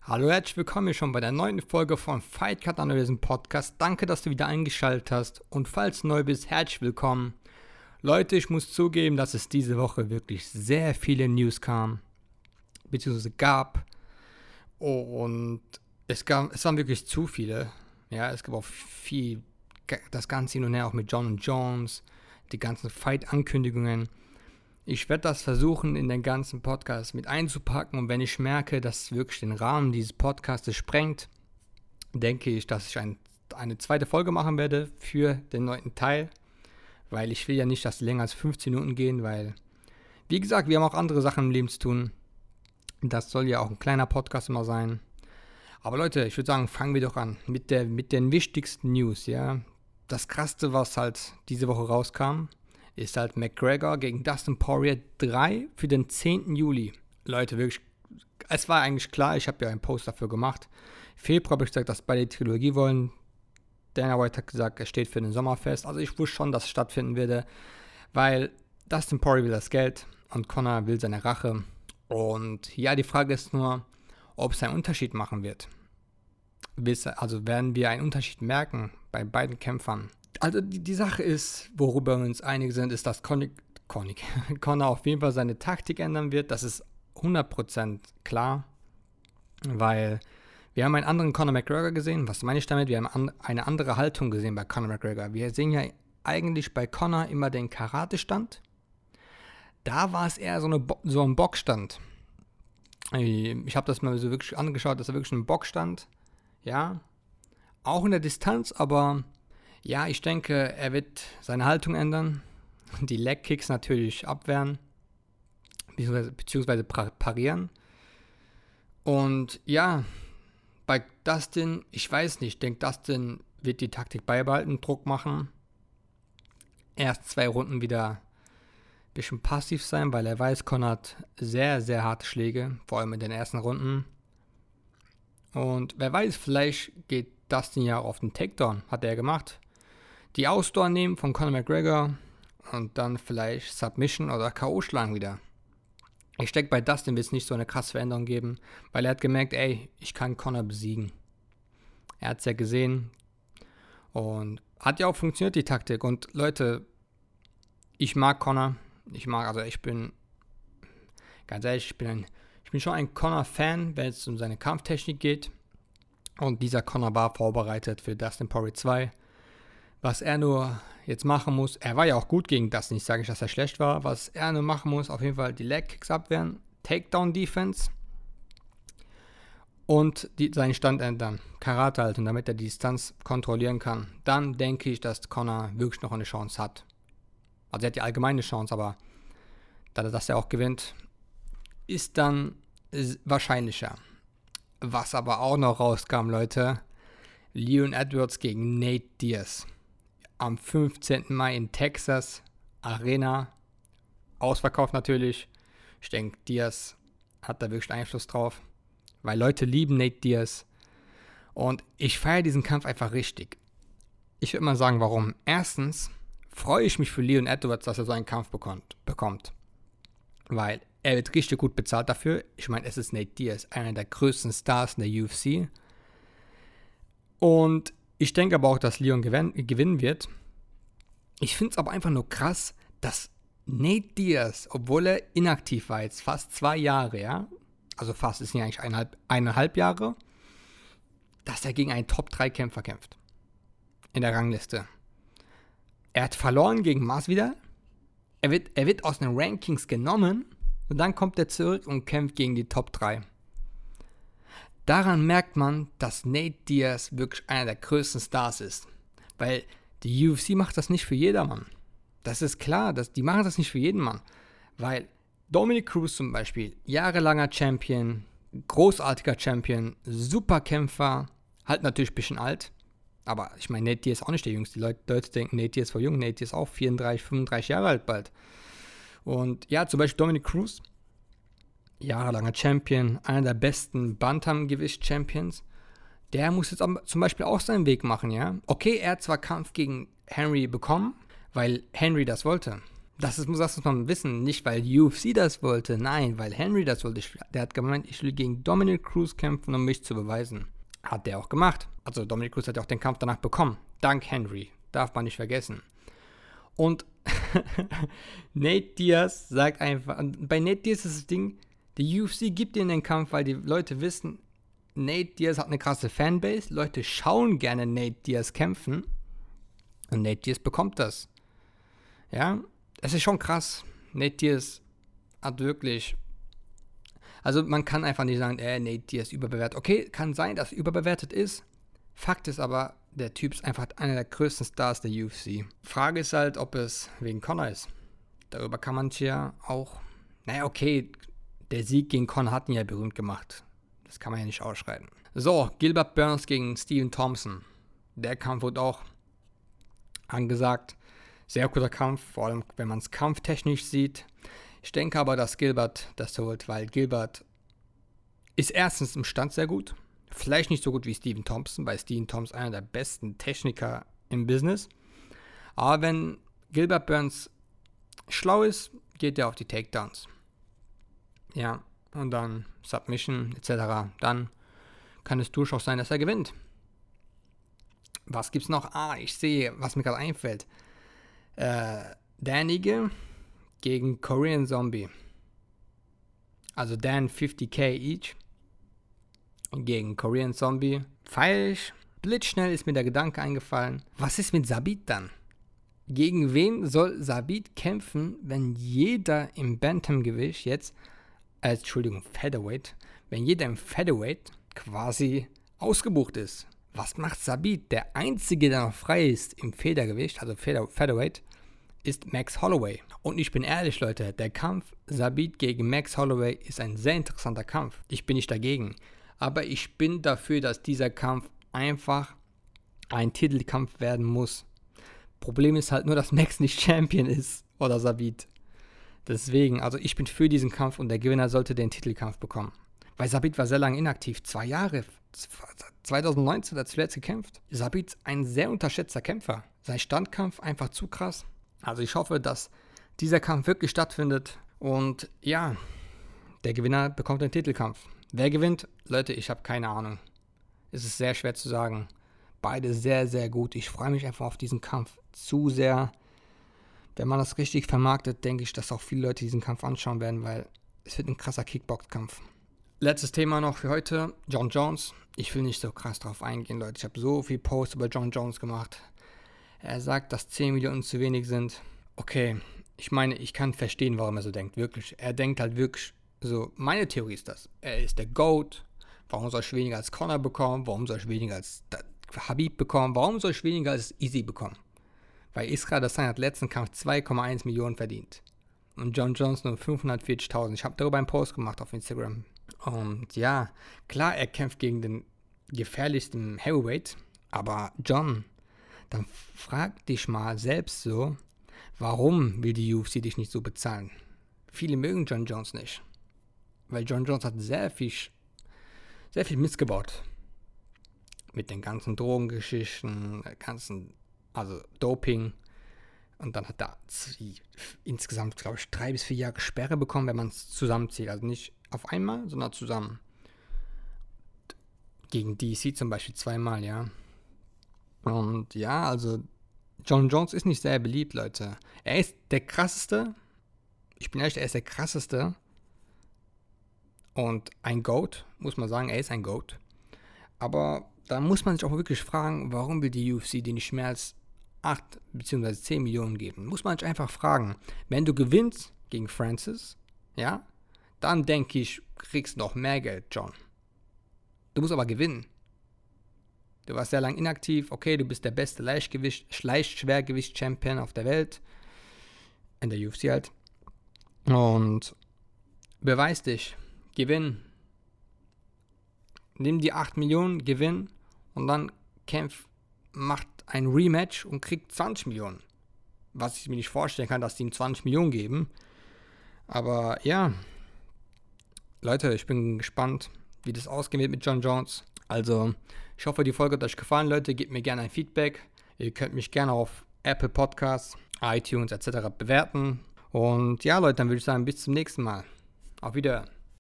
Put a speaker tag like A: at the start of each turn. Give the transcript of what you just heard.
A: Hallo, herzlich willkommen hier schon bei der neuen Folge von Fight Card Analysen Podcast. Danke, dass du wieder eingeschaltet hast und falls du neu bist, herzlich willkommen. Leute, ich muss zugeben, dass es diese Woche wirklich sehr viele News gab und es waren wirklich zu viele. Ja, es gab auch viel, das Ganze hin und her auch mit Jon Jones, die ganzen Fight-Ankündigungen. Ich werde das versuchen, in den ganzen Podcast mit einzupacken und wenn ich merke, dass es wirklich den Rahmen dieses Podcasts sprengt, denke ich, dass ich eine zweite Folge machen werde für den 9. Teil, weil ich will ja nicht, dass die länger als 15 Minuten gehen, weil, wie gesagt, wir haben auch andere Sachen im Leben zu tun. Das soll ja auch ein kleiner Podcast immer sein. Aber Leute, ich würde sagen, fangen wir doch an mit den wichtigsten News, ja. Das Krasseste, was halt diese Woche rauskam, ist halt McGregor gegen Dustin Poirier 3 für den 10. Juli. Leute, wirklich, es war eigentlich klar, ich habe ja einen Post dafür gemacht. Februar habe ich gesagt, dass beide die Trilogie wollen. Dana White hat gesagt, er steht für den Sommerfest. Also ich wusste schon, dass es stattfinden würde, weil Dustin Poirier will das Geld und Conor will seine Rache. Und ja, die Frage ist nur, ob es einen Unterschied machen wird. Also werden wir einen Unterschied merken bei beiden Kämpfern. Also die Sache ist, worüber wir uns einig sind, ist, dass Conor auf jeden Fall seine Taktik ändern wird. Das ist 100% klar, weil wir haben einen anderen Conor McGregor gesehen. Was meine ich damit? Wir haben eine andere Haltung gesehen bei Conor McGregor. Wir sehen ja eigentlich bei Conor immer den Karate-Stand. Da war es eher so ein Boxstand. Ich habe das mal so wirklich angeschaut, das ist wirklich ein Boxstand. Ja, auch in der Distanz, aber ja, ich denke, er wird seine Haltung ändern, die Leg-Kicks natürlich abwehren, beziehungsweise parieren. Und ja, bei Dustin, ich weiß nicht, ich denke, Dustin wird die Taktik beibehalten, Druck machen. Erst 2 Runden wieder ein bisschen passiv sein, weil er weiß, Conor hat sehr, sehr harte Schläge, vor allem in den ersten Runden. Und wer weiß, vielleicht geht Dustin ja auf den Takedown, hat er gemacht. Die Ausdauer nehmen von Conor McGregor und dann vielleicht Submission oder K.O. schlagen wieder. Ich denke, bei Dustin wird es nicht so eine krasse Veränderung geben, weil er hat gemerkt, ich kann Conor besiegen. Er hat es ja gesehen und hat ja auch funktioniert, die Taktik. Und Leute, ich mag Conor. Ich bin ganz ehrlich, ich bin schon ein Conor-Fan, wenn es um seine Kampftechnik geht. Und dieser Conor war vorbereitet für Dustin Poirier 2. Was er nur jetzt machen muss, er war ja auch gut gegen Dustin, ich sage nicht, dass er schlecht war. Was er nur machen muss, auf jeden Fall die Leg-Kicks abwehren, Takedown-Defense und seinen Stand ändern, Karate halten, damit er die Distanz kontrollieren kann. Dann denke ich, dass Conor wirklich noch eine Chance hat. Also er hat die allgemeine Chance, aber dass er auch gewinnt, ist dann wahrscheinlicher. Was aber auch noch rauskam, Leute, Leon Edwards gegen Nate Diaz. Am 15. Mai in Texas, Arena, ausverkauft natürlich. Ich denke, Diaz hat da wirklich Einfluss drauf, weil Leute lieben Nate Diaz. Und ich feiere diesen Kampf einfach richtig. Ich würde mal sagen, warum. Erstens freue ich mich für Leon Edwards, dass er so einen Kampf bekommt. Weil er wird richtig gut bezahlt dafür. Ich meine, es ist Nate Diaz, einer der größten Stars in der UFC. Und ich denke aber auch, dass Leon gewinnen wird. Ich finde es aber einfach nur krass, dass Nate Diaz, obwohl er inaktiv war, jetzt fast 2 Jahre, ja, also fast, ist ja eigentlich 1,5 Jahre, dass er gegen einen Top-3-Kämpfer kämpft. In der Rangliste. Er hat verloren gegen Masvidal. Er wird aus den Rankings genommen und dann kommt er zurück und kämpft gegen die Top 3. Daran merkt man, dass Nate Diaz wirklich einer der größten Stars ist. Weil die UFC macht das nicht für jedermann. Das ist klar, die machen das nicht für jeden Mann. Weil Dominick Cruz zum Beispiel, jahrelanger Champion, großartiger Champion, super Kämpfer, halt natürlich ein bisschen alt. Aber ich meine, Nate Diaz ist auch nicht der Jüngste. Die Leute denken, Nate Diaz ist voll jung. Nate Diaz ist auch 34, 35 Jahre alt bald. Und ja, zum Beispiel Dominick Cruz, jahrelanger Champion, einer der besten Bantamgewicht-Champions, der muss jetzt zum Beispiel auch seinen Weg machen, ja. Okay, er hat zwar Kampf gegen Henry bekommen, weil Henry das wollte. Das muss man wissen. Nicht, weil UFC das wollte. Nein, weil Henry das wollte. Der hat gemeint, ich will gegen Dominick Cruz kämpfen, um mich zu beweisen. Hat der auch gemacht. Also Dominick Cruz hat ja auch den Kampf danach bekommen. Dank Henry. Darf man nicht vergessen. Und Nate Diaz sagt einfach, bei Nate Diaz ist das Ding, die UFC gibt ihnen den Kampf, weil die Leute wissen, Nate Diaz hat eine krasse Fanbase. Leute schauen gerne Nate Diaz kämpfen. Und Nate Diaz bekommt das. Ja, es ist schon krass. Nate Diaz hat wirklich... Also man kann einfach nicht sagen, Nate Diaz überbewertet. Okay, kann sein, dass er überbewertet ist. Fakt ist aber, der Typ ist einfach einer der größten Stars der UFC. Frage ist halt, ob es wegen Conor ist. Darüber kann man sich ja auch... Naja, okay, der Sieg gegen Conor hat ihn ja berühmt gemacht. Das kann man ja nicht ausschreiben. So, Gilbert Burns gegen Stephen Thompson. Der Kampf wird auch angesagt. Sehr guter Kampf, vor allem wenn man es kampftechnisch sieht. Ich denke aber, dass Gilbert das holt, weil Gilbert ist erstens im Stand sehr gut. Vielleicht nicht so gut wie Stephen Thompson, weil Stephen Thompson einer der besten Techniker im Business. Aber wenn Gilbert Burns schlau ist, geht er auf die Takedowns. Ja, und dann Submission etc. Dann kann es durchaus sein, dass er gewinnt. Was gibt's noch? Ich sehe, was mir gerade einfällt. Dan gegen Korean Zombie. Also Dan 50k each gegen Korean Zombie. Falsch. Blitzschnell ist mir der Gedanke eingefallen. Was ist mit Zabit dann? Gegen wen soll Zabit kämpfen, wenn jeder im Bantamgewicht jetzt, Featherweight, wenn jeder im Featherweight quasi ausgebucht ist? Was macht Zabit? Der einzige, der noch frei ist im Federgewicht, also Featherweight, ist Max Holloway. Und ich bin ehrlich, Leute, der Kampf Zabit gegen Max Holloway ist ein sehr interessanter Kampf. Ich bin nicht dagegen. Aber ich bin dafür, dass dieser Kampf einfach ein Titelkampf werden muss. Problem ist halt nur, dass Max nicht Champion ist oder Zabit. Deswegen, also ich bin für diesen Kampf und der Gewinner sollte den Titelkampf bekommen. Weil Zabit war sehr lange inaktiv, 2 Jahre. 2019 hat er zuletzt gekämpft. Zabit ist ein sehr unterschätzter Kämpfer. Sein Standkampf einfach zu krass. Also ich hoffe, dass dieser Kampf wirklich stattfindet. Und ja, der Gewinner bekommt den Titelkampf. Wer gewinnt? Leute, ich habe keine Ahnung. Es ist sehr schwer zu sagen. Beide sehr, sehr gut. Ich freue mich einfach auf diesen Kampf zu sehr. Wenn man das richtig vermarktet, denke ich, dass auch viele Leute diesen Kampf anschauen werden, weil es wird ein krasser Kickbox-Kampf. Letztes Thema noch für heute, Jon Jones. Ich will nicht so krass drauf eingehen, Leute. Ich habe so viel Posts über Jon Jones gemacht. Er sagt, dass 10 Millionen zu wenig sind. Okay, ich meine, ich kann verstehen, warum er so denkt, wirklich. Er denkt halt wirklich so, meine Theorie ist das. Er ist der GOAT. Warum soll ich weniger als Conor bekommen? Warum soll ich weniger als Khabib bekommen? Warum soll ich weniger als Izzy bekommen? Weil Israel Adesanya hat letzten Kampf 2,1 Millionen verdient. Und Jon Jones nur 540.000. Ich habe darüber einen Post gemacht auf Instagram. Und ja, klar, er kämpft gegen den gefährlichsten Heavyweight. Aber Jon, dann frag dich mal selbst so, warum will die UFC dich nicht so bezahlen? Viele mögen Jon Jones nicht. Weil Jon Jones hat sehr viel Mist gebaut. Mit den ganzen Drogengeschichten, also Doping. Und dann hat er insgesamt, glaube ich, 3 bis 4 Jahre Sperre bekommen, wenn man es zusammenzählt. Also nicht auf einmal, sondern zusammen. Gegen DC zum Beispiel 2-mal, ja. Und ja, also Jon Jones ist nicht sehr beliebt, Leute. Er ist der krasseste. Ich bin ehrlich, er ist der krasseste. Und ein GOAT, muss man sagen, er ist ein GOAT. Aber da muss man sich auch wirklich fragen, warum will die UFC dir nicht mehr als 8 bzw. 10 Millionen geben? Muss man sich einfach fragen. Wenn du gewinnst gegen Francis, ja, dann denke ich, kriegst du noch mehr Geld, Jon. Du musst aber gewinnen. Du warst sehr lange inaktiv, okay, du bist der beste Leichtschwergewicht-Champion auf der Welt. In der UFC halt. Und beweis dich. Gewinn. Nimm die 8 Millionen, gewinn und dann macht ein Rematch und kriegt 20 Millionen. Was ich mir nicht vorstellen kann, dass die ihm 20 Millionen geben. Aber ja, Leute, ich bin gespannt, wie das ausgehen wird mit Jon Jones. Also, ich hoffe, die Folge hat euch gefallen, Leute. Gebt mir gerne ein Feedback. Ihr könnt mich gerne auf Apple Podcasts, iTunes etc. bewerten. Und ja, Leute, dann würde ich sagen, bis zum nächsten Mal. Auf Wiedersehen.